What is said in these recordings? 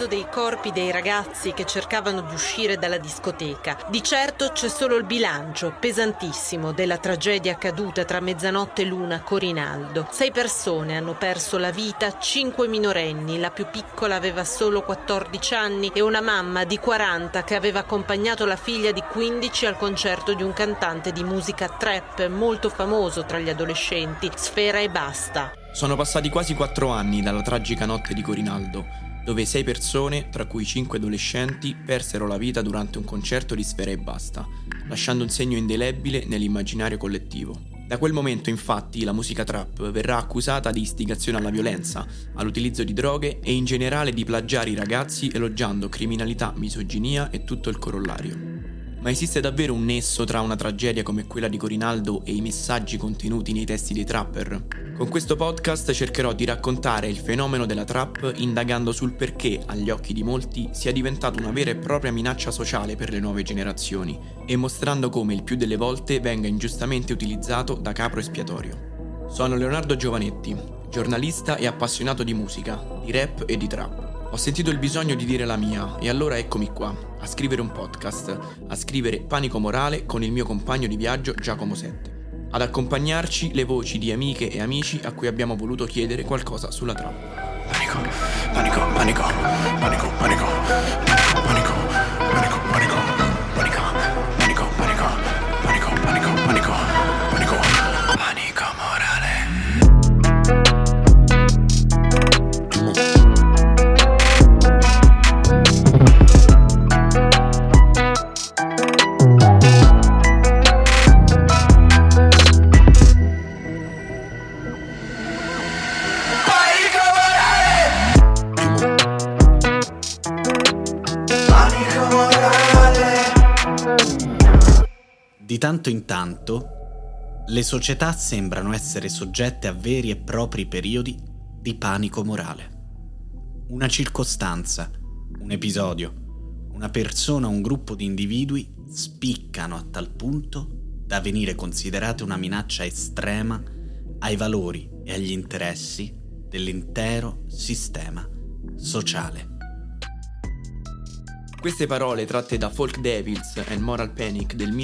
mezzo dei corpi dei ragazzi che cercavano di uscire dalla discoteca. Di certo c'è solo il bilancio, pesantissimo, della tragedia accaduta tra mezzanotte e l'una a Corinaldo. 6 persone hanno perso la vita, 5 minorenni, la più piccola aveva solo 14 anni e una mamma di 40 che aveva accompagnato la figlia di 15 al concerto di un cantante di musica trap molto famoso tra gli adolescenti, Sfera Ebbasta. Sono passati quasi 4 anni dalla tragica notte di Corinaldo, dove 6 persone, tra cui 5 adolescenti, persero la vita durante un concerto di Sfera Ebbasta, lasciando un segno indelebile nell'immaginario collettivo. Da quel momento, infatti, la musica trap verrà accusata di istigazione alla violenza, all'utilizzo di droghe e in generale di plagiare i ragazzi elogiando criminalità, misoginia e tutto il corollario. Ma esiste davvero un nesso tra una tragedia come quella di Corinaldo e i messaggi contenuti nei testi dei trapper? Con questo podcast cercherò di raccontare il fenomeno della trap indagando sul perché, agli occhi di molti, sia diventato una vera e propria minaccia sociale per le nuove generazioni e mostrando come il più delle volte venga ingiustamente utilizzato da capro espiatorio. Sono Leonardo Giovanetti, giornalista e appassionato di musica, di rap e di trap. Ho sentito il bisogno di dire la mia e allora eccomi qua, a scrivere un podcast, a scrivere Panico Morale con il mio compagno di viaggio Giacomo Sette. Ad accompagnarci le voci di amiche e amici a cui abbiamo voluto chiedere qualcosa sulla trap. Panico, panico, panico, panico, panico, panico, panico, panico, panico, panico, panico, panico, panico, panico, panico, panico morale. Di tanto in tanto, le società sembrano essere soggette a veri e propri periodi di panico morale. Una circostanza, un episodio, una persona o un gruppo di individui spiccano a tal punto da venire considerate una minaccia estrema ai valori e agli interessi dell'intero sistema sociale. Queste parole tratte da Folk Devils and Moral Panic del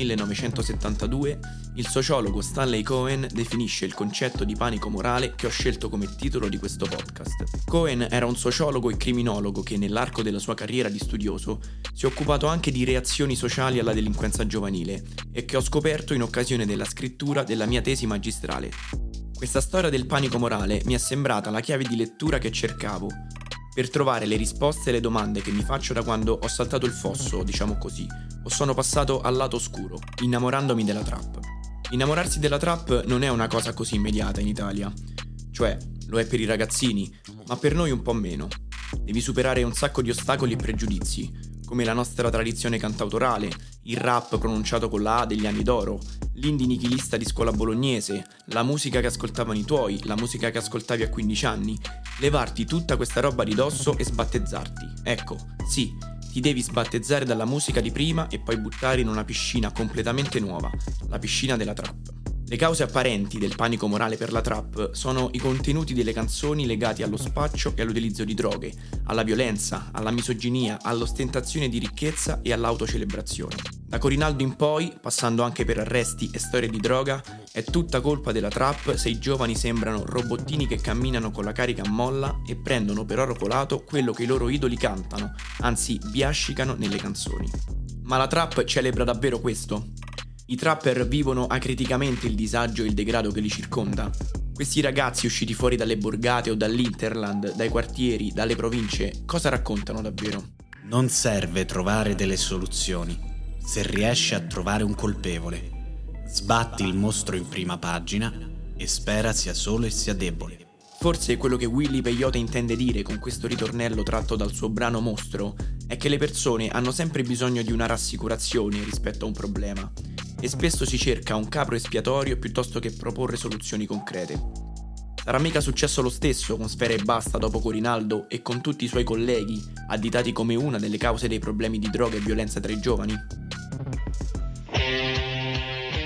1972, il sociologo Stanley Cohen definisce il concetto di panico morale che ho scelto come titolo di questo podcast. Cohen era un sociologo e criminologo che nell'arco della sua carriera di studioso si è occupato anche di reazioni sociali alla delinquenza giovanile e che ho scoperto in occasione della scrittura della mia tesi magistrale. Questa storia del panico morale mi è sembrata la chiave di lettura che cercavo per trovare le risposte alle domande che mi faccio da quando ho saltato il fosso, diciamo così, o sono passato al lato oscuro, innamorandomi della trap. Innamorarsi della trap non è una cosa così immediata in Italia, cioè lo è per i ragazzini, ma per noi un po' meno. Devi superare un sacco di ostacoli e pregiudizi, come la nostra tradizione cantautorale, il rap pronunciato con la A degli anni d'oro, l'indie nichilista di scuola bolognese, la musica che ascoltavano i tuoi, la musica che ascoltavi a 15 anni, levarti tutta questa roba di dosso e sbattezzarti. Ecco, sì, ti devi sbattezzare dalla musica di prima e poi buttare in una piscina completamente nuova, la piscina della trap. Le cause apparenti del panico morale per la trap sono i contenuti delle canzoni legati allo spaccio e all'utilizzo di droghe, alla violenza, alla misoginia, all'ostentazione di ricchezza e all'autocelebrazione. Da Corinaldo in poi, passando anche per arresti e storie di droga, è tutta colpa della trap se i giovani sembrano robottini che camminano con la carica a molla e prendono per oro colato quello che i loro idoli cantano, anzi biascicano nelle canzoni. Ma la trap celebra davvero questo? I trapper vivono acriticamente il disagio e il degrado che li circonda. Questi ragazzi usciti fuori dalle borgate o dall'Interland, dai quartieri, dalle province, cosa raccontano davvero? Non serve trovare delle soluzioni, se riesci a trovare un colpevole. Sbatti il mostro in prima pagina e spera sia solo e sia debole. Forse quello che Willy Peyote intende dire con questo ritornello tratto dal suo brano Mostro è che le persone hanno sempre bisogno di una rassicurazione rispetto a un problema e spesso si cerca un capro espiatorio piuttosto che proporre soluzioni concrete. Sarà mica successo lo stesso con Sfera Ebbasta dopo Corinaldo e con tutti i suoi colleghi, additati come una delle cause dei problemi di droga e violenza tra i giovani?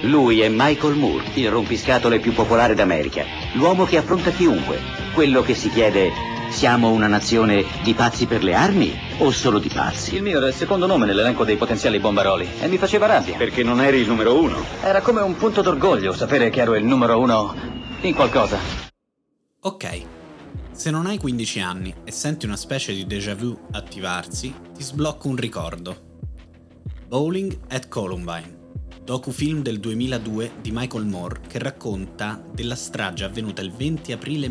Lui è Michael Moore, il rompiscatole più popolare d'America. L'uomo che affronta chiunque. Quello che si chiede: siamo una nazione di pazzi per le armi o solo di pazzi? Il mio era il secondo nome nell'elenco dei potenziali bombaroli e mi faceva rabbia. Perché non eri il numero 1. Era come un punto d'orgoglio sapere che ero il numero 1 in qualcosa. Ok, se non hai 15 anni e senti una specie di déjà vu attivarsi, ti sblocco un ricordo. Bowling at Columbine, docufilm del 2002 di Michael Moore che racconta della strage avvenuta il 20 aprile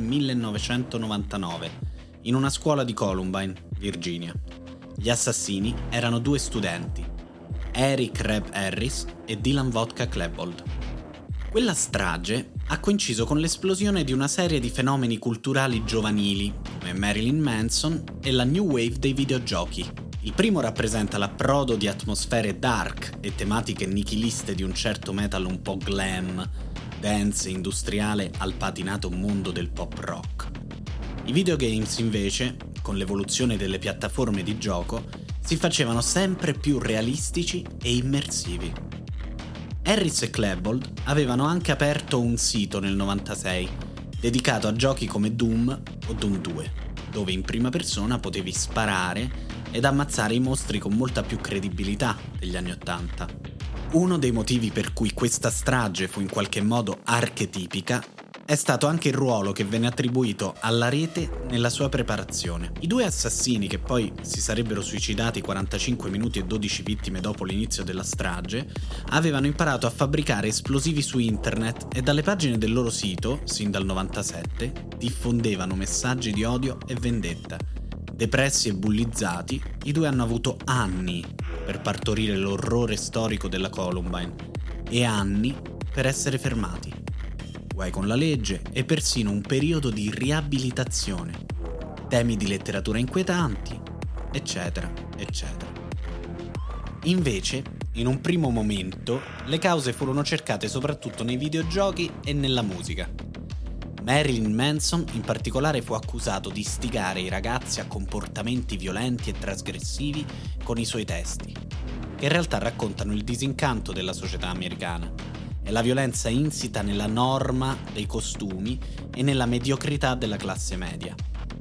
1999 in una scuola di Columbine, Virginia. Gli assassini erano 2 studenti, Eric Reb Harris e Dylan Vodka Klebold. Quella strage ha coinciso con l'esplosione di una serie di fenomeni culturali giovanili come Marilyn Manson e la new wave dei videogiochi. Il primo rappresenta l'approdo di atmosfere dark e tematiche nichiliste di un certo metal un po' glam, dance e industriale al patinato mondo del pop rock. I videogames invece, con l'evoluzione delle piattaforme di gioco, si facevano sempre più realistici e immersivi. Harris e Klebold avevano anche aperto un sito nel 96 dedicato a giochi come Doom o Doom 2, dove in prima persona potevi sparare ed ammazzare i mostri con molta più credibilità degli anni '80. Uno dei motivi per cui questa strage fu in qualche modo archetipica è stato anche il ruolo che venne attribuito alla rete nella sua preparazione. I 2 assassini, che poi si sarebbero suicidati 45 minuti e 12 vittime dopo l'inizio della strage, avevano imparato a fabbricare esplosivi su internet e dalle pagine del loro sito, sin dal 97, diffondevano messaggi di odio e vendetta. Depressi e bullizzati, i 2 hanno avuto anni per partorire l'orrore storico della Columbine e anni per essere fermati. Guai con la legge e persino un periodo di riabilitazione, temi di letteratura inquietanti, eccetera, eccetera. Invece, in un primo momento, le cause furono cercate soprattutto nei videogiochi e nella musica. Marilyn Manson in particolare fu accusato di istigare i ragazzi a comportamenti violenti e trasgressivi con i suoi testi, che in realtà raccontano il disincanto della società americana e la violenza insita nella norma dei costumi e nella mediocrità della classe media.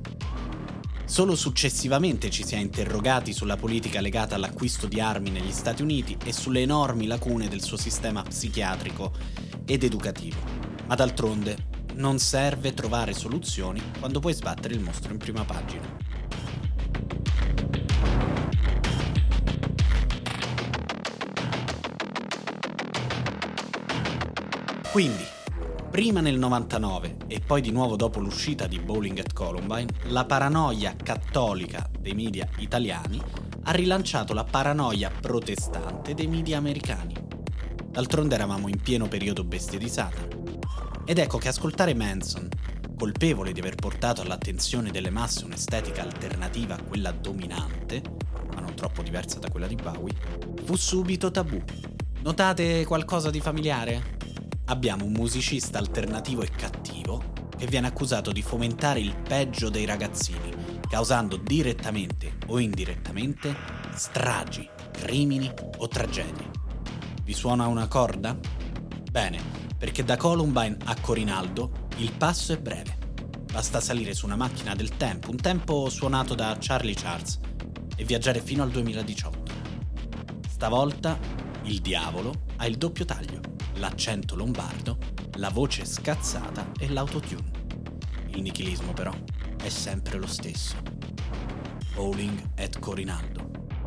Solo successivamente ci si è interrogati sulla politica legata all'acquisto di armi negli Stati Uniti e sulle enormi lacune del suo sistema psichiatrico ed educativo, ma d'altronde non serve trovare soluzioni quando puoi sbattere il mostro in prima pagina. Quindi, prima nel 99 e poi di nuovo dopo l'uscita di Bowling at Columbine, la paranoia cattolica dei media italiani ha rilanciato la paranoia protestante dei media americani. D'altronde eravamo in pieno periodo bestie di Satana. Ed ecco che ascoltare Manson, colpevole di aver portato all'attenzione delle masse un'estetica alternativa a quella dominante, ma non troppo diversa da quella di Bowie, fu subito tabù. Notate qualcosa di familiare? Abbiamo un musicista alternativo e cattivo che viene accusato di fomentare il peggio dei ragazzini, causando direttamente o indirettamente stragi, crimini o tragedie. Vi suona una corda? Bene, perché da Columbine a Corinaldo il passo è breve. Basta salire su una macchina del tempo, un tempo suonato da Charlie Charles, e viaggiare fino al 2018. Stavolta il diavolo ha il doppio taglio, l'accento lombardo, la voce scazzata e l'autotune. Il nichilismo però è sempre lo stesso. Bowling at Corinaldo.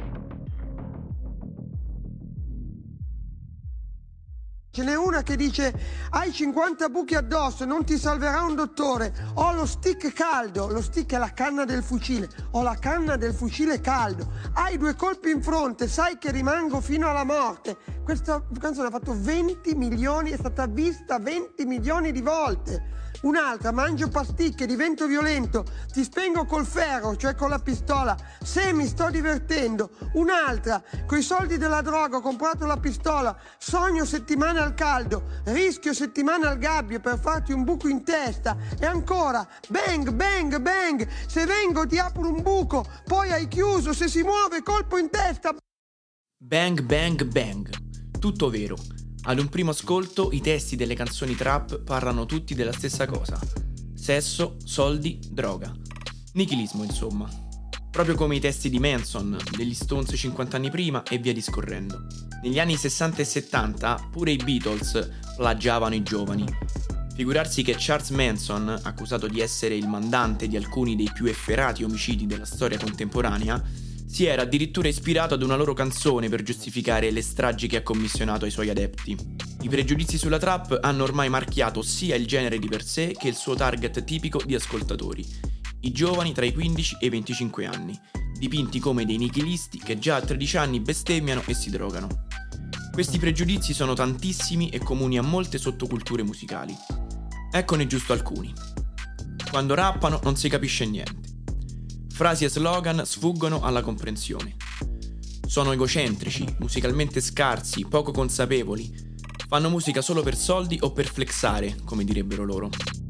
Ce n'è una che dice: hai 50 buchi addosso, non ti salverà un dottore. Ho lo stick caldo, lo stick è la canna del fucile, ho la canna del fucile caldo. Hai 2 colpi in fronte, sai che rimango fino alla morte. Questa canzone ha fatto 20 milioni, è stata vista 20 milioni di volte. Un'altra: mangio pasticche, divento violento, ti spengo col ferro, cioè con la pistola, se mi sto divertendo. Un'altra: coi soldi della droga ho comprato la pistola, sogno settimane al caldo, rischio settimane al gabbio per farti un buco in testa. E ancora: bang, bang, bang, se vengo ti apro un buco, poi hai chiuso, se si muove colpo in testa. Bang, bang, bang. Tutto vero. Ad un primo ascolto i testi delle canzoni trap parlano tutti della stessa cosa: sesso, soldi, droga. Nichilismo, insomma. Proprio come i testi di Manson, degli Stones 50 anni prima e via discorrendo. Negli anni 60 e 70 pure i Beatles plagiavano i giovani. Figurarsi che Charles Manson, accusato di essere il mandante di alcuni dei più efferati omicidi della storia contemporanea, si era addirittura ispirato ad una loro canzone per giustificare le stragi che ha commissionato ai suoi adepti. I pregiudizi sulla trap hanno ormai marchiato sia il genere di per sé che il suo target tipico di ascoltatori: i giovani tra i 15 e i 25 anni, dipinti come dei nichilisti che già a 13 anni bestemmiano e si drogano. Questi pregiudizi sono tantissimi e comuni a molte sottoculture musicali. Eccone giusto alcuni. Quando rappano non si capisce niente. Frasi e slogan sfuggono alla comprensione. Sono egocentrici, musicalmente scarsi, poco consapevoli. Fanno musica solo per soldi o per flexare, come direbbero loro.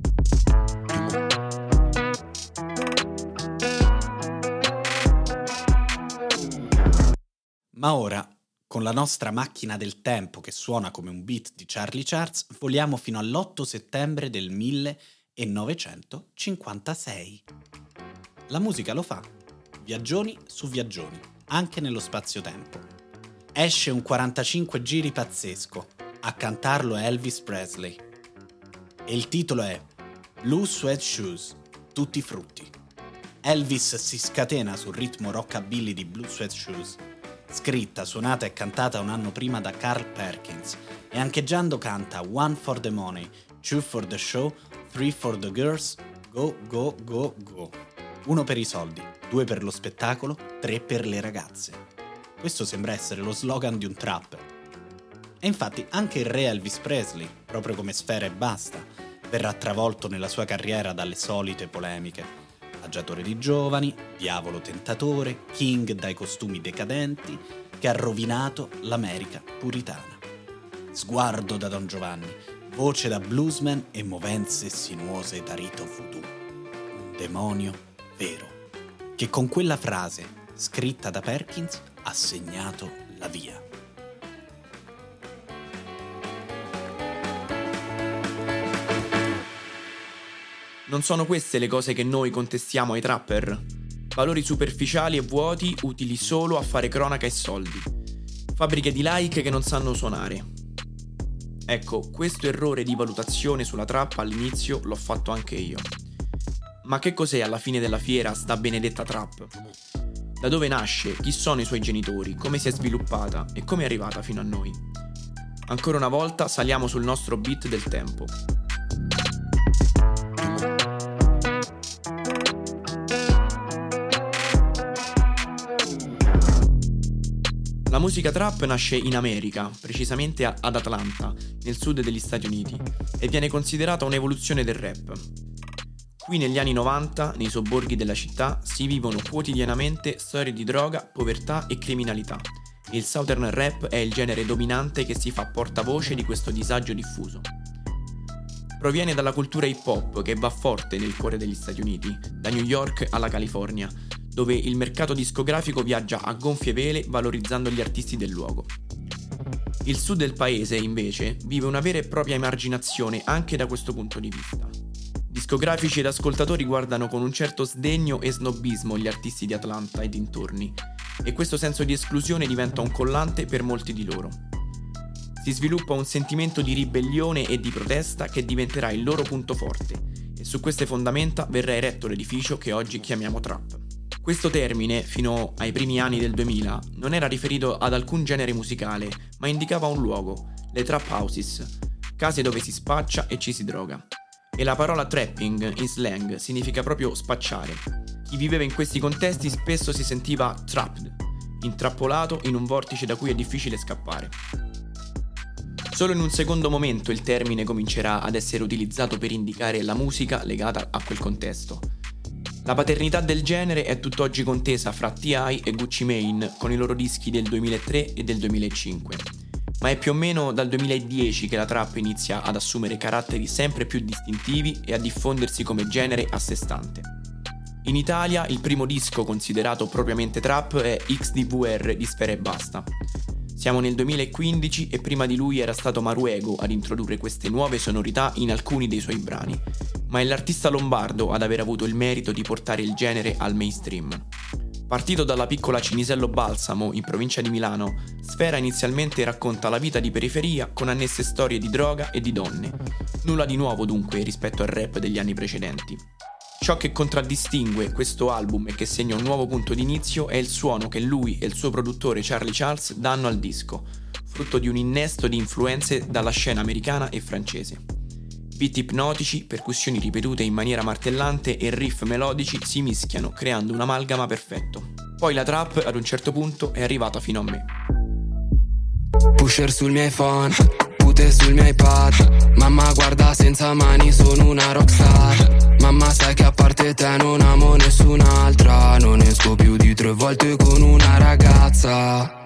Ma ora, con la nostra macchina del tempo che suona come un beat di Charlie Charles, voliamo fino all'8 settembre del 1956. La musica lo fa, viaggioni su viaggioni, anche nello spazio-tempo. Esce un 45 giri pazzesco, a cantarlo è Elvis Presley. E il titolo è Blue Suede Shoes, tutti frutti. Elvis si scatena sul ritmo rockabilly di Blue Suede Shoes, scritta, suonata e cantata un anno prima da Carl Perkins, e ancheggiando canta One for the money, two for the show, three for the girls, go, go, go, go. 1 per i soldi, 2 per lo spettacolo, 3 per le ragazze. Questo sembra essere lo slogan di un trapper. E infatti anche il re Elvis Presley, proprio come Sfera Ebbasta, verrà travolto nella sua carriera dalle solite polemiche. Agiatore di giovani, diavolo tentatore, king dai costumi decadenti, che ha rovinato l'America puritana. Sguardo da Don Giovanni, voce da bluesman e movenze sinuose da rito voodoo. Un demonio vero, che con quella frase, scritta da Perkins, ha segnato la via. Non sono queste le cose che noi contestiamo ai trapper? Valori superficiali e vuoti, utili solo a fare cronaca e soldi. Fabbriche di like che non sanno suonare. Ecco, questo errore di valutazione sulla trap all'inizio l'ho fatto anche io. Ma che cos'è alla fine della fiera sta benedetta trap? Da dove nasce? Chi sono i suoi genitori? Come si è sviluppata? E come è arrivata fino a noi? Ancora una volta saliamo sul nostro beat del tempo. La musica trap nasce in America, precisamente ad Atlanta, nel sud degli Stati Uniti, e viene considerata un'evoluzione del rap. Qui negli anni 90, nei sobborghi della città, si vivono quotidianamente storie di droga, povertà e criminalità. E il Southern Rap è il genere dominante che si fa portavoce di questo disagio diffuso. Proviene dalla cultura hip hop che va forte nel cuore degli Stati Uniti, da New York alla California, dove il mercato discografico viaggia a gonfie vele valorizzando gli artisti del luogo. Il sud del paese, invece, vive una vera e propria emarginazione anche da questo punto di vista. Discografici ed ascoltatori guardano con un certo sdegno e snobismo gli artisti di Atlanta e dintorni, e questo senso di esclusione diventa un collante per molti di loro. Si sviluppa un sentimento di ribellione e di protesta che diventerà il loro punto forte, e su queste fondamenta verrà eretto l'edificio che oggi chiamiamo trap. Questo termine, fino ai primi anni del 2000, non era riferito ad alcun genere musicale, ma indicava un luogo, le trap houses, case dove si spaccia e ci si droga. E la parola trapping in slang significa proprio spacciare. Chi viveva in questi contesti spesso si sentiva trapped, intrappolato in un vortice da cui è difficile scappare. Solo in un secondo momento il termine comincerà ad essere utilizzato per indicare la musica legata a quel contesto. La paternità del genere è tutt'oggi contesa fra T.I. e Gucci Mane con i loro dischi del 2003 e del 2005. Ma è più o meno dal 2010 che la trap inizia ad assumere caratteri sempre più distintivi e a diffondersi come genere a sé stante. In Italia il primo disco considerato propriamente trap è XDVR di Sfera Ebbasta. Siamo nel 2015 e prima di lui era stato Maruego ad introdurre queste nuove sonorità in alcuni dei suoi brani, ma è l'artista lombardo ad aver avuto il merito di portare il genere al mainstream. Partito dalla piccola Cinisello Balsamo, in provincia di Milano, Sfera inizialmente racconta la vita di periferia con annesse storie di droga e di donne. Nulla di nuovo dunque rispetto al rap degli anni precedenti. Ciò che contraddistingue questo album e che segna un nuovo punto d'inizio è il suono che lui e il suo produttore Charlie Charles danno al disco, frutto di un innesto di influenze dalla scena americana e francese. Beat ipnotici, percussioni ripetute in maniera martellante e riff melodici si mischiano, creando un amalgama perfetto. Poi la trap, ad un certo punto, è arrivata fino a me. Pusher sul mio iPhone, pute sul mio iPad. Mamma guarda senza mani, sono una rockstar. Mamma sai che a parte te non amo nessun'altra. Non esco più di 3 volte con una ragazza.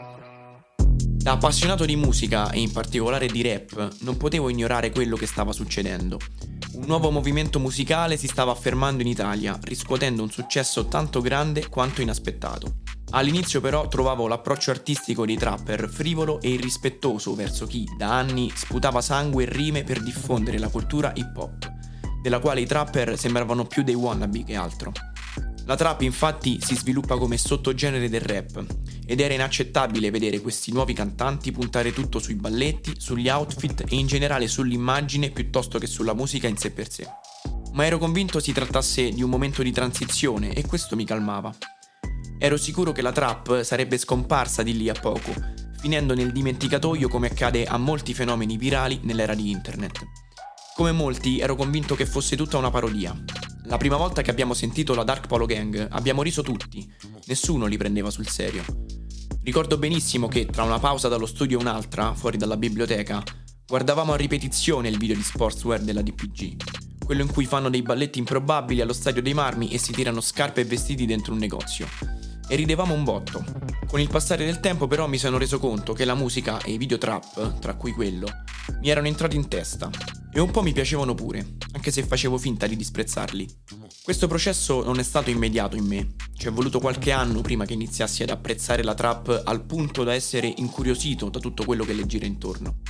Da appassionato di musica e in particolare di rap, non potevo ignorare quello che stava succedendo. Un nuovo movimento musicale si stava affermando in Italia, riscuotendo un successo tanto grande quanto inaspettato. All'inizio però trovavo l'approccio artistico dei trapper frivolo e irrispettoso verso chi, da anni, sputava sangue e rime per diffondere la cultura hip hop, della quale i trapper sembravano più dei wannabe che altro. La trap infatti si sviluppa come sottogenere del rap ed era inaccettabile vedere questi nuovi cantanti puntare tutto sui balletti, sugli outfit e in generale sull'immagine piuttosto che sulla musica in sé per sé. Ma ero convinto si trattasse di un momento di transizione e questo mi calmava. Ero sicuro che la trap sarebbe scomparsa di lì a poco, finendo nel dimenticatoio come accade a molti fenomeni virali nell'era di internet. Come molti ero convinto che fosse tutta una parodia. La prima volta che abbiamo sentito la Dark Polo Gang abbiamo riso tutti, nessuno li prendeva sul serio. Ricordo benissimo che tra una pausa dallo studio e un'altra, fuori dalla biblioteca, guardavamo a ripetizione il video di Sportswear della DPG, quello in cui fanno dei balletti improbabili allo Stadio dei Marmi e si tirano scarpe e vestiti dentro un negozio. E ridevamo un botto. Con il passare del tempo però mi sono reso conto che la musica e i video trap, tra cui quello, mi erano entrati in testa e un po' mi piacevano pure, anche se facevo finta di disprezzarli. Questo processo non è stato immediato in me, ci è voluto qualche anno prima che iniziassi ad apprezzare la trap al punto da essere incuriosito da tutto quello che le gira intorno.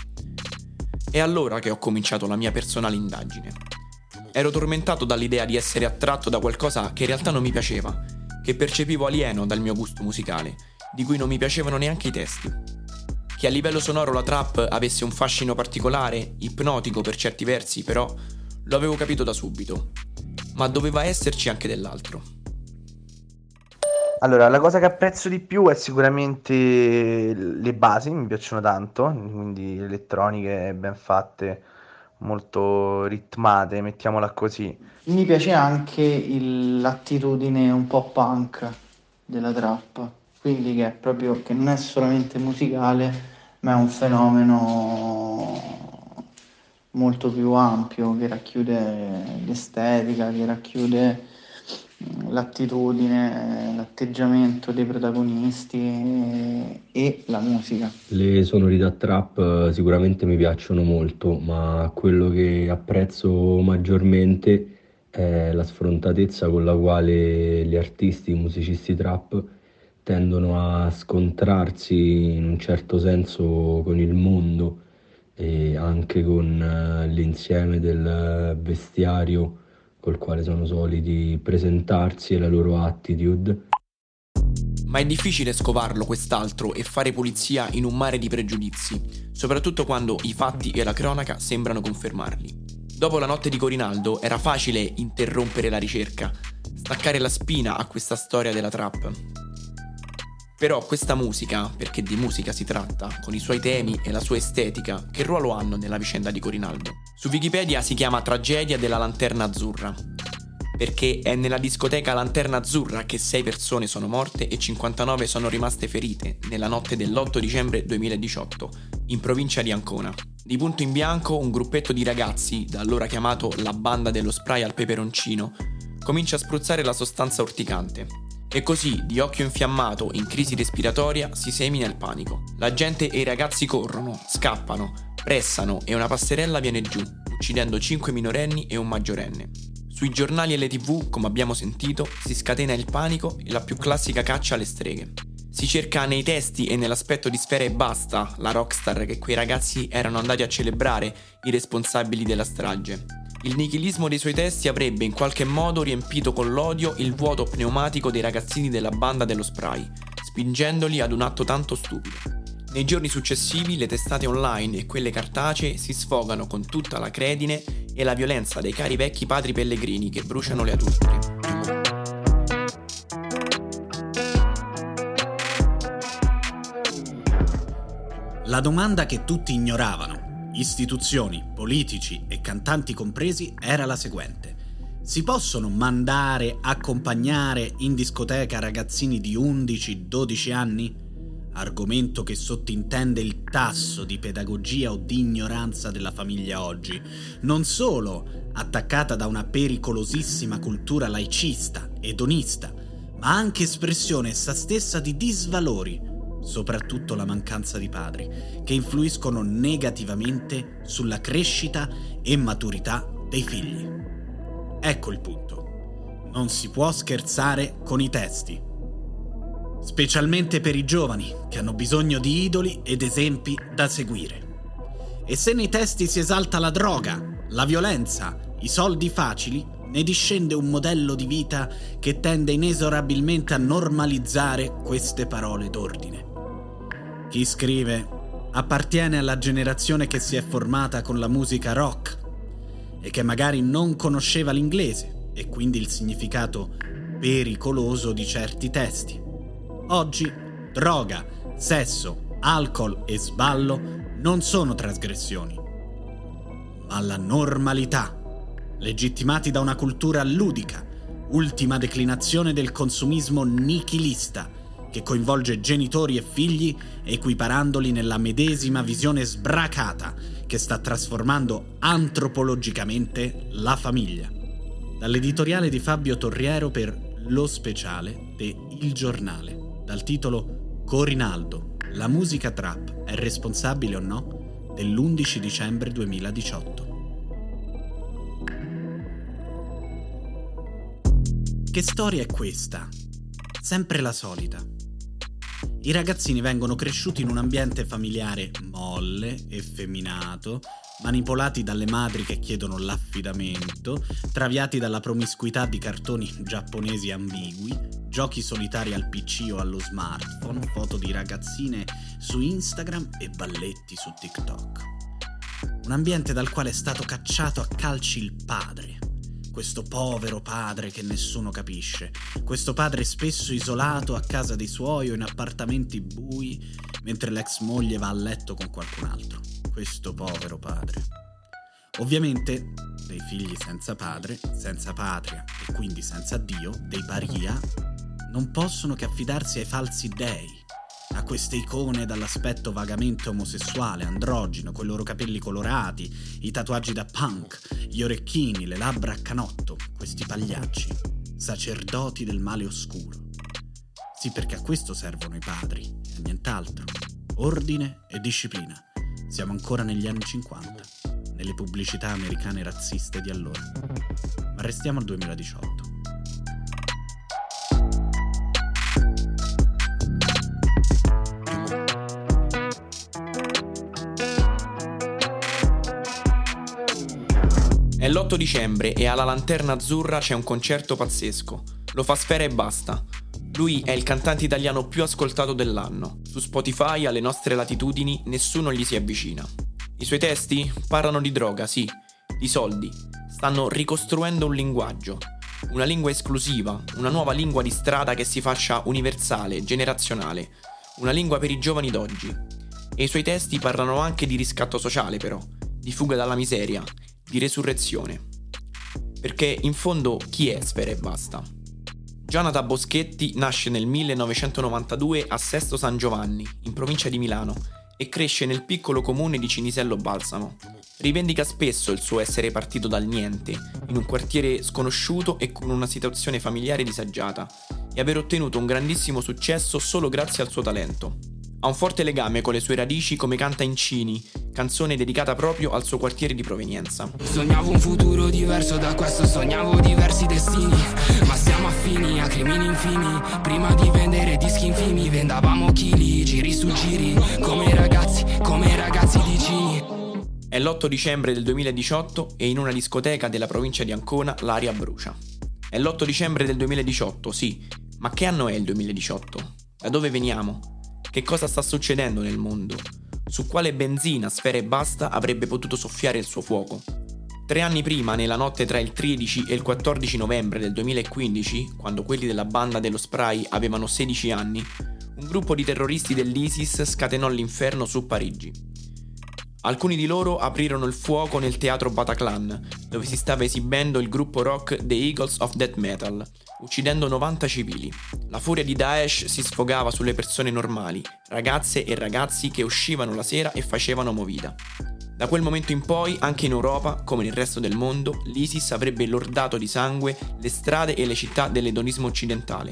È allora che ho cominciato la mia personale indagine. Ero tormentato dall'idea di essere attratto da qualcosa che in realtà non mi piaceva, che percepivo alieno dal mio gusto musicale, di cui non mi piacevano neanche i testi. Che a livello sonoro la trap avesse un fascino particolare, ipnotico per certi versi, però lo avevo capito da subito. Ma doveva esserci anche dell'altro. Allora, la cosa che apprezzo di più è sicuramente le basi, mi piacciono tanto, quindi elettroniche ben fatte, molto ritmate, mettiamola così. Mi piace anche l'attitudine un po' punk della trap, quindi che è proprio, che non è solamente musicale, ma è un fenomeno molto più ampio, che racchiude l'estetica, che racchiude l'attitudine, l'atteggiamento dei protagonisti e la musica. Le sonorità trap sicuramente mi piacciono molto, ma quello che apprezzo maggiormente è la sfrontatezza con la quale gli artisti, i musicisti trap tendono a scontrarsi in un certo senso con il mondo e anche con l'insieme del vestiario col quale sono soliti presentarsi e la loro attitude. Ma è difficile scovarlo quest'altro e fare pulizia in un mare di pregiudizi, soprattutto quando i fatti e la cronaca sembrano confermarli. Dopo la notte di Corinaldo era facile interrompere la ricerca, staccare la spina a questa storia della trap. Però questa musica, perché di musica si tratta, con i suoi temi e la sua estetica, che ruolo hanno nella vicenda di Corinaldo? Su Wikipedia si chiama Tragedia della Lanterna Azzurra, perché è nella discoteca Lanterna Azzurra che 6 persone sono morte e 59 sono rimaste ferite nella notte dell'8 dicembre 2018, in provincia di Ancona. Di punto in bianco un gruppetto di ragazzi, da allora chiamato la banda dello spray al peperoncino, comincia a spruzzare la sostanza urticante. E così, di occhio infiammato, in crisi respiratoria, si semina il panico. La gente e i ragazzi corrono, scappano, pressano e una passerella viene giù, uccidendo 5 minorenni e un maggiorenne. Sui giornali e le TV, come abbiamo sentito, si scatena il panico e la più classica caccia alle streghe. Si cerca nei testi e nell'aspetto di Sfera Ebbasta, la rockstar che quei ragazzi erano andati a celebrare, i responsabili della strage. Il nichilismo dei suoi testi avrebbe in qualche modo riempito con l'odio il vuoto pneumatico dei ragazzini della banda dello Spray, spingendoli ad un atto tanto stupido. Nei giorni successivi le testate online e quelle cartacee si sfogano con tutta la credine e la violenza dei cari vecchi padri pellegrini che bruciano le adulte. La domanda che tutti ignoravano, istituzioni, politici e cantanti compresi, era la seguente. Si possono mandare, accompagnare in discoteca ragazzini di 11-12 anni? Argomento che sottintende il tasso di pedagogia o di ignoranza della famiglia oggi, non solo attaccata da una pericolosissima cultura laicista, edonista, ma anche espressione essa stessa di disvalori, soprattutto la mancanza di padri, che influiscono negativamente sulla crescita e maturità dei figli. Ecco il punto. Non si può scherzare con i testi, specialmente per i giovani che hanno bisogno di idoli ed esempi da seguire. E se nei testi si esalta la droga, la violenza, i soldi facili, ne discende un modello di vita che tende inesorabilmente a normalizzare queste parole d'ordine. Chi scrive appartiene alla generazione che si è formata con la musica rock e che magari non conosceva l'inglese e quindi il significato pericoloso di certi testi. Oggi droga, sesso, alcol e sballo non sono trasgressioni, ma la normalità, legittimati da una cultura ludica, ultima declinazione del consumismo nichilista, che coinvolge genitori e figli equiparandoli nella medesima visione sbracata che sta trasformando antropologicamente la famiglia. Dall'editoriale di Fabio Torriero per Lo Speciale de Il Giornale, dal titolo Corinaldo, la musica trap è responsabile o no? Dell'11 dicembre 2018. Che storia è questa? Sempre la solita. I ragazzini vengono cresciuti in un ambiente familiare molle, effeminato, manipolati dalle madri che chiedono l'affidamento, traviati dalla promiscuità di cartoni giapponesi ambigui, giochi solitari al PC o allo smartphone, foto di ragazzine su Instagram e balletti su TikTok. Un ambiente dal quale è stato cacciato a calci il padre. Questo povero padre che nessuno capisce, questo padre spesso isolato a casa dei suoi o in appartamenti bui mentre l'ex moglie va a letto con qualcun altro. Questo povero padre. Ovviamente, dei figli senza padre, senza patria e quindi senza Dio, dei paria, non possono che affidarsi ai falsi dei, a queste icone dall'aspetto vagamente omosessuale, androgino, coi loro capelli colorati, i tatuaggi da punk, gli orecchini, le labbra a canotto, questi pagliacci, sacerdoti del male oscuro. Sì, perché a questo servono i padri, e nient'altro. Ordine e disciplina. Siamo ancora negli anni 50, nelle pubblicità americane razziste di allora. Ma restiamo al 2018. È l'8 dicembre e alla Lanterna Azzurra c'è un concerto pazzesco. Lo fa Sfera Ebbasta. Lui è il cantante italiano più ascoltato dell'anno. Su Spotify, alle nostre latitudini, nessuno gli si avvicina. I suoi testi parlano di droga, sì, di soldi. Stanno ricostruendo un linguaggio. Una lingua esclusiva, una nuova lingua di strada che si faccia universale, generazionale. Una lingua per i giovani d'oggi. E i suoi testi parlano anche di riscatto sociale, però. Di fuga dalla miseria. Di resurrezione. Perché in fondo chi è Sfera Ebbasta? Jonathan Boschetti nasce nel 1992 a Sesto San Giovanni, in provincia di Milano, e cresce nel piccolo comune di Cinisello Balsamo. Rivendica spesso il suo essere partito dal niente, in un quartiere sconosciuto e con una situazione familiare disagiata, e aver ottenuto un grandissimo successo solo grazie al suo talento. Ha un forte legame con le sue radici come canta Incini, canzone dedicata proprio al suo quartiere di provenienza. Sognavo un futuro diverso da questo, sognavo diversi destini, ma siamo affini a crimini infimi. Prima di vendere dischi infimi vendavamo chili, giri su giri, come i ragazzi di Cini. È l'8 dicembre del 2018 e in una discoteca della provincia di Ancona l'aria brucia. È l'8 dicembre del 2018, sì, ma che anno è il 2018? Da dove veniamo? Che cosa sta succedendo nel mondo? Su quale benzina Sfera Ebbasta avrebbe potuto soffiare il suo fuoco? 3 anni prima, nella notte tra il 13 e il 14 novembre del 2015, quando quelli della banda dello spray avevano 16 anni, un gruppo di terroristi dell'ISIS scatenò l'inferno su Parigi. Alcuni di loro aprirono il fuoco nel teatro Bataclan, dove si stava esibendo il gruppo rock The Eagles of Death Metal, uccidendo 90 civili. La furia di Daesh si sfogava sulle persone normali, ragazze e ragazzi che uscivano la sera e facevano movida. Da quel momento in poi, anche in Europa, come nel resto del mondo, l'ISIS avrebbe lordato di sangue le strade e le città dell'edonismo occidentale.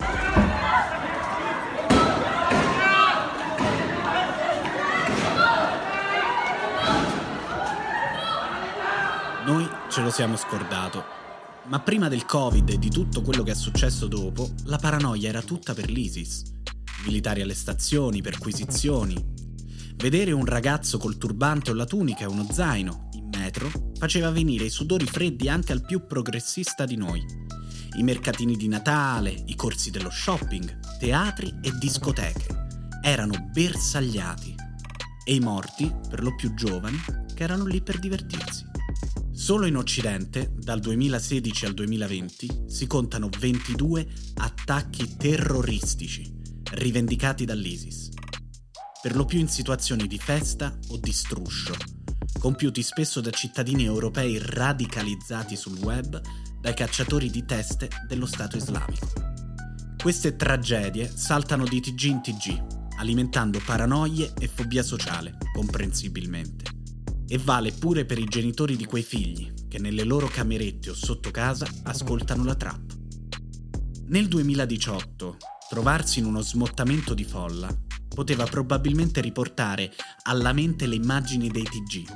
Noi ce lo siamo scordato, ma prima del Covid e di tutto quello che è successo dopo, la paranoia era tutta per l'ISIS. Militari alle stazioni, perquisizioni. Vedere un ragazzo col turbante o la tunica e uno zaino in metro faceva venire i sudori freddi anche al più progressista di noi. I mercatini di Natale, i corsi dello shopping, teatri e discoteche erano bersagliati. E i morti, per lo più giovani, che erano lì per divertirsi. Solo in Occidente, dal 2016 al 2020, si contano 22 attacchi terroristici rivendicati dall'ISIS, per lo più in situazioni di festa o di struscio, compiuti spesso da cittadini europei radicalizzati sul web dai cacciatori di teste dello Stato islamico. Queste tragedie saltano di TG in TG, alimentando paranoie e fobia sociale, comprensibilmente. E vale pure per i genitori di quei figli che nelle loro camerette o sotto casa ascoltano la trap. Nel 2018, trovarsi in uno smottamento di folla poteva probabilmente riportare alla mente le immagini dei TG.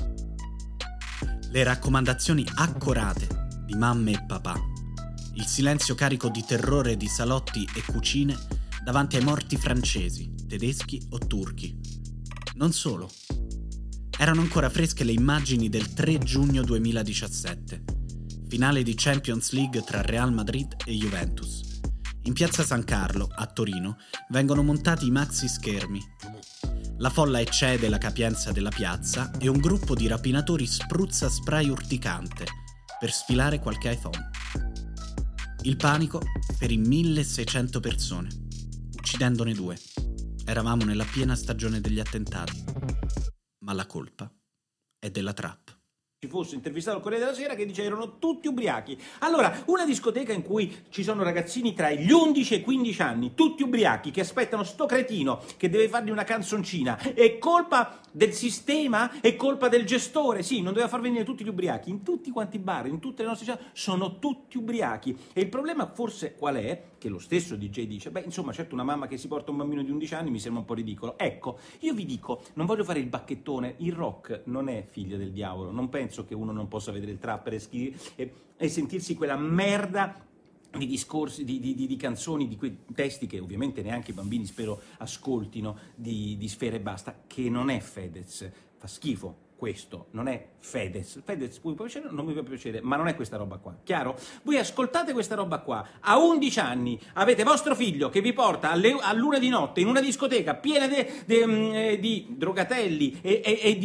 Le raccomandazioni accorate di mamme e papà, il silenzio carico di terrore di salotti e cucine davanti ai morti francesi, tedeschi o turchi. Non solo. Erano ancora fresche le immagini del 3 giugno 2017, finale di Champions League tra Real Madrid e Juventus. In piazza San Carlo, a Torino, vengono montati i maxi schermi. La folla eccede la capienza della piazza e un gruppo di rapinatori spruzza spray urticante per sfilare qualche iPhone. Il panico ferì 1600 persone, uccidendone 2. Eravamo nella piena stagione degli attentati. Ma la colpa è della trap. Ci fosse intervistato al Corriere della Sera che dice erano tutti ubriachi. Allora, una discoteca in cui ci sono ragazzini tra gli 11 e i 15 anni, tutti ubriachi, che aspettano sto cretino che deve fargli una canzoncina, è colpa del sistema? È colpa del gestore? Sì, non doveva far venire tutti gli ubriachi. In tutti quanti i bar, in tutte le nostre città, sono tutti ubriachi. E il problema forse qual è? Che lo stesso DJ dice, beh, insomma, certo una mamma che si porta un bambino di 11 anni mi sembra un po' ridicolo. Ecco, io vi dico, non voglio fare il bacchettone, il rock non è figlio del diavolo, non penso che uno non possa vedere il trapper e sentirsi quella merda di discorsi, di canzoni, di quei testi che ovviamente neanche i bambini spero ascoltino di Sfera Ebbasta, che non è Fedez, fa schifo. Questo non è Fedez può piacere, non mi può piacere, ma non è questa roba qua, chiaro? Voi ascoltate questa roba qua, a 11 anni avete vostro figlio che vi porta all'1 di notte in una discoteca piena di drogatelli e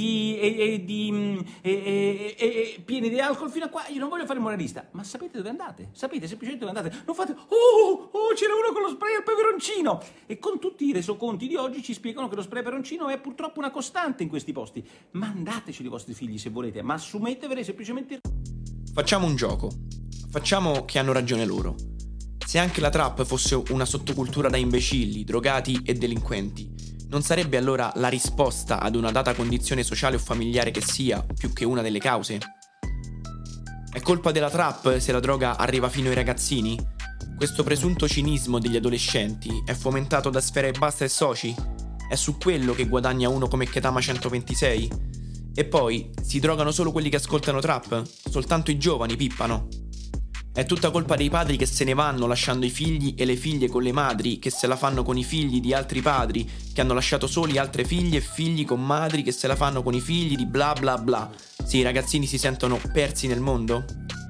pieni di alcol fino a qua. Io non voglio fare il moralista, ma sapete dove andate? Sapete semplicemente dove andate? Non fate c'era uno con lo spray al peperoncino, e con tutti i resoconti di oggi ci spiegano che lo spray peperoncino è purtroppo una costante in questi posti. Ma andateci i vostri figli se volete, ma assumetevene semplicemente. Facciamo un gioco. Facciamo che hanno ragione loro. Se anche la trap fosse una sottocultura da imbecilli, drogati e delinquenti, non sarebbe allora la risposta ad una data condizione sociale o familiare che sia, più che una delle cause? È colpa della trap se la droga arriva fino ai ragazzini? Questo presunto cinismo degli adolescenti è fomentato da Sfera Ebbasta e soci? È su quello che guadagna uno come Ketama 126? E poi, si drogano solo quelli che ascoltano trap? Soltanto i giovani pippano? È tutta colpa dei padri che se ne vanno lasciando i figli e le figlie con le madri che se la fanno con i figli di altri padri che hanno lasciato soli altre figlie e figli con madri che se la fanno con i figli di bla bla bla. Sì, i ragazzini si sentono persi nel mondo?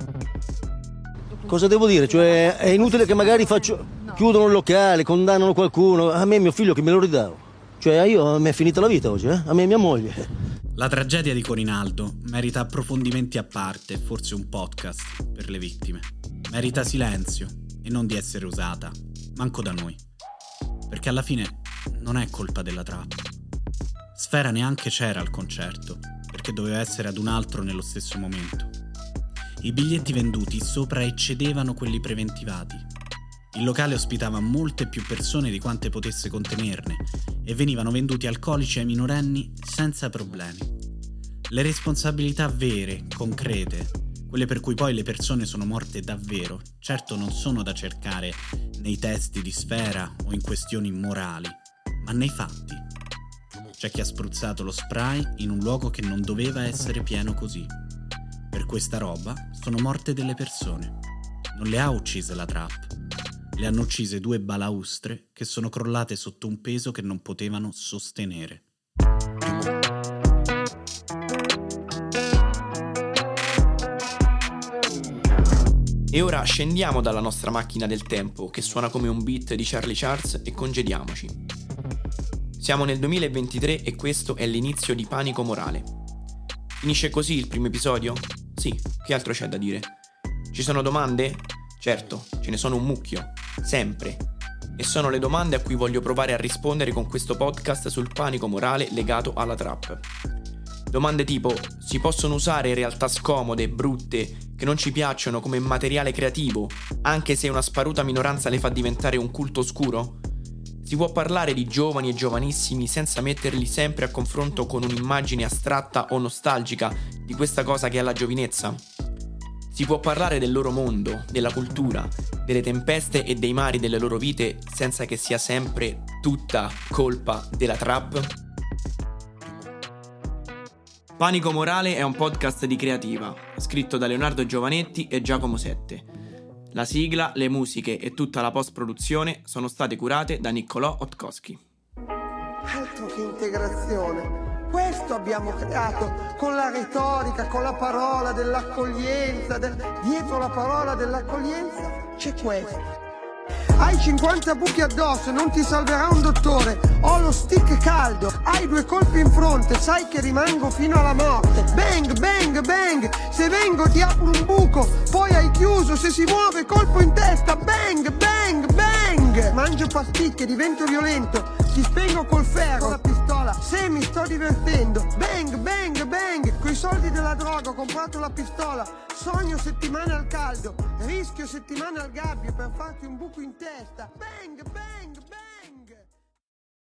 Cosa devo dire? Cioè, è inutile che magari chiudono il locale, condannano qualcuno. A me e mio figlio che me lo ridavo. Cioè, a me è finita la vita oggi, a me e mia moglie. La tragedia di Corinaldo merita approfondimenti a parte, forse un podcast per le vittime. Merita silenzio e non di essere usata, manco da noi. Perché alla fine non è colpa della trap. Sfera neanche c'era al concerto, perché doveva essere ad un altro nello stesso momento. I biglietti venduti sopra eccedevano quelli preventivati. Il locale ospitava molte più persone di quante potesse contenerne e venivano venduti alcolici ai minorenni senza problemi. Le responsabilità vere, concrete, quelle per cui poi le persone sono morte davvero, certo non sono da cercare nei testi di Sfera o in questioni morali, ma nei fatti. C'è chi ha spruzzato lo spray in un luogo che non doveva essere pieno così. Per questa roba sono morte delle persone. Non le ha uccise la trap. Le hanno uccise 2 balaustre che sono crollate sotto un peso che non potevano sostenere. E ora scendiamo dalla nostra macchina del tempo, che suona come un beat di Charlie Charles, e congediamoci. Siamo nel 2023 e questo è l'inizio di Panico Morale. Finisce così il primo episodio? Sì, che altro c'è da dire? Ci sono domande? Certo, ce ne sono un mucchio, sempre. E sono le domande a cui voglio provare a rispondere con questo podcast sul panico morale legato alla trap. Domande tipo: si possono usare realtà scomode, brutte, che non ci piacciono come materiale creativo, anche se una sparuta minoranza le fa diventare un culto oscuro? Si può parlare di giovani e giovanissimi senza metterli sempre a confronto con un'immagine astratta o nostalgica di questa cosa che è la giovinezza? Si può parlare del loro mondo, della cultura, delle tempeste e dei mari delle loro vite senza che sia sempre tutta colpa della trap? Panico Morale è un podcast di Creativa, scritto da Leonardo Giovanetti e Giacomo Sette. La sigla, le musiche e tutta la post-produzione sono state curate da Niccolò Otkowski. Altro che integrazione! Questo abbiamo creato con la retorica, con la parola dell'accoglienza. Dietro la parola dell'accoglienza c'è questo. Hai 50 buchi addosso, non ti salverà un dottore. Ho lo stick caldo, hai 2 colpi in fronte, sai che rimango fino alla morte. Bang, bang, bang, se vengo ti apro un buco, poi hai chiuso, se si muove colpo in testa. Bang, bang, bang. Mangio pasticche, divento violento, ti spengo col ferro, con la pistola, se mi sto divertendo. Bang, bang, bang, coi soldi della droga ho comprato la pistola. Sogno settimane al caldo, rischio settimane al gabbio per farti un buco in testa. Bang, bang, bang.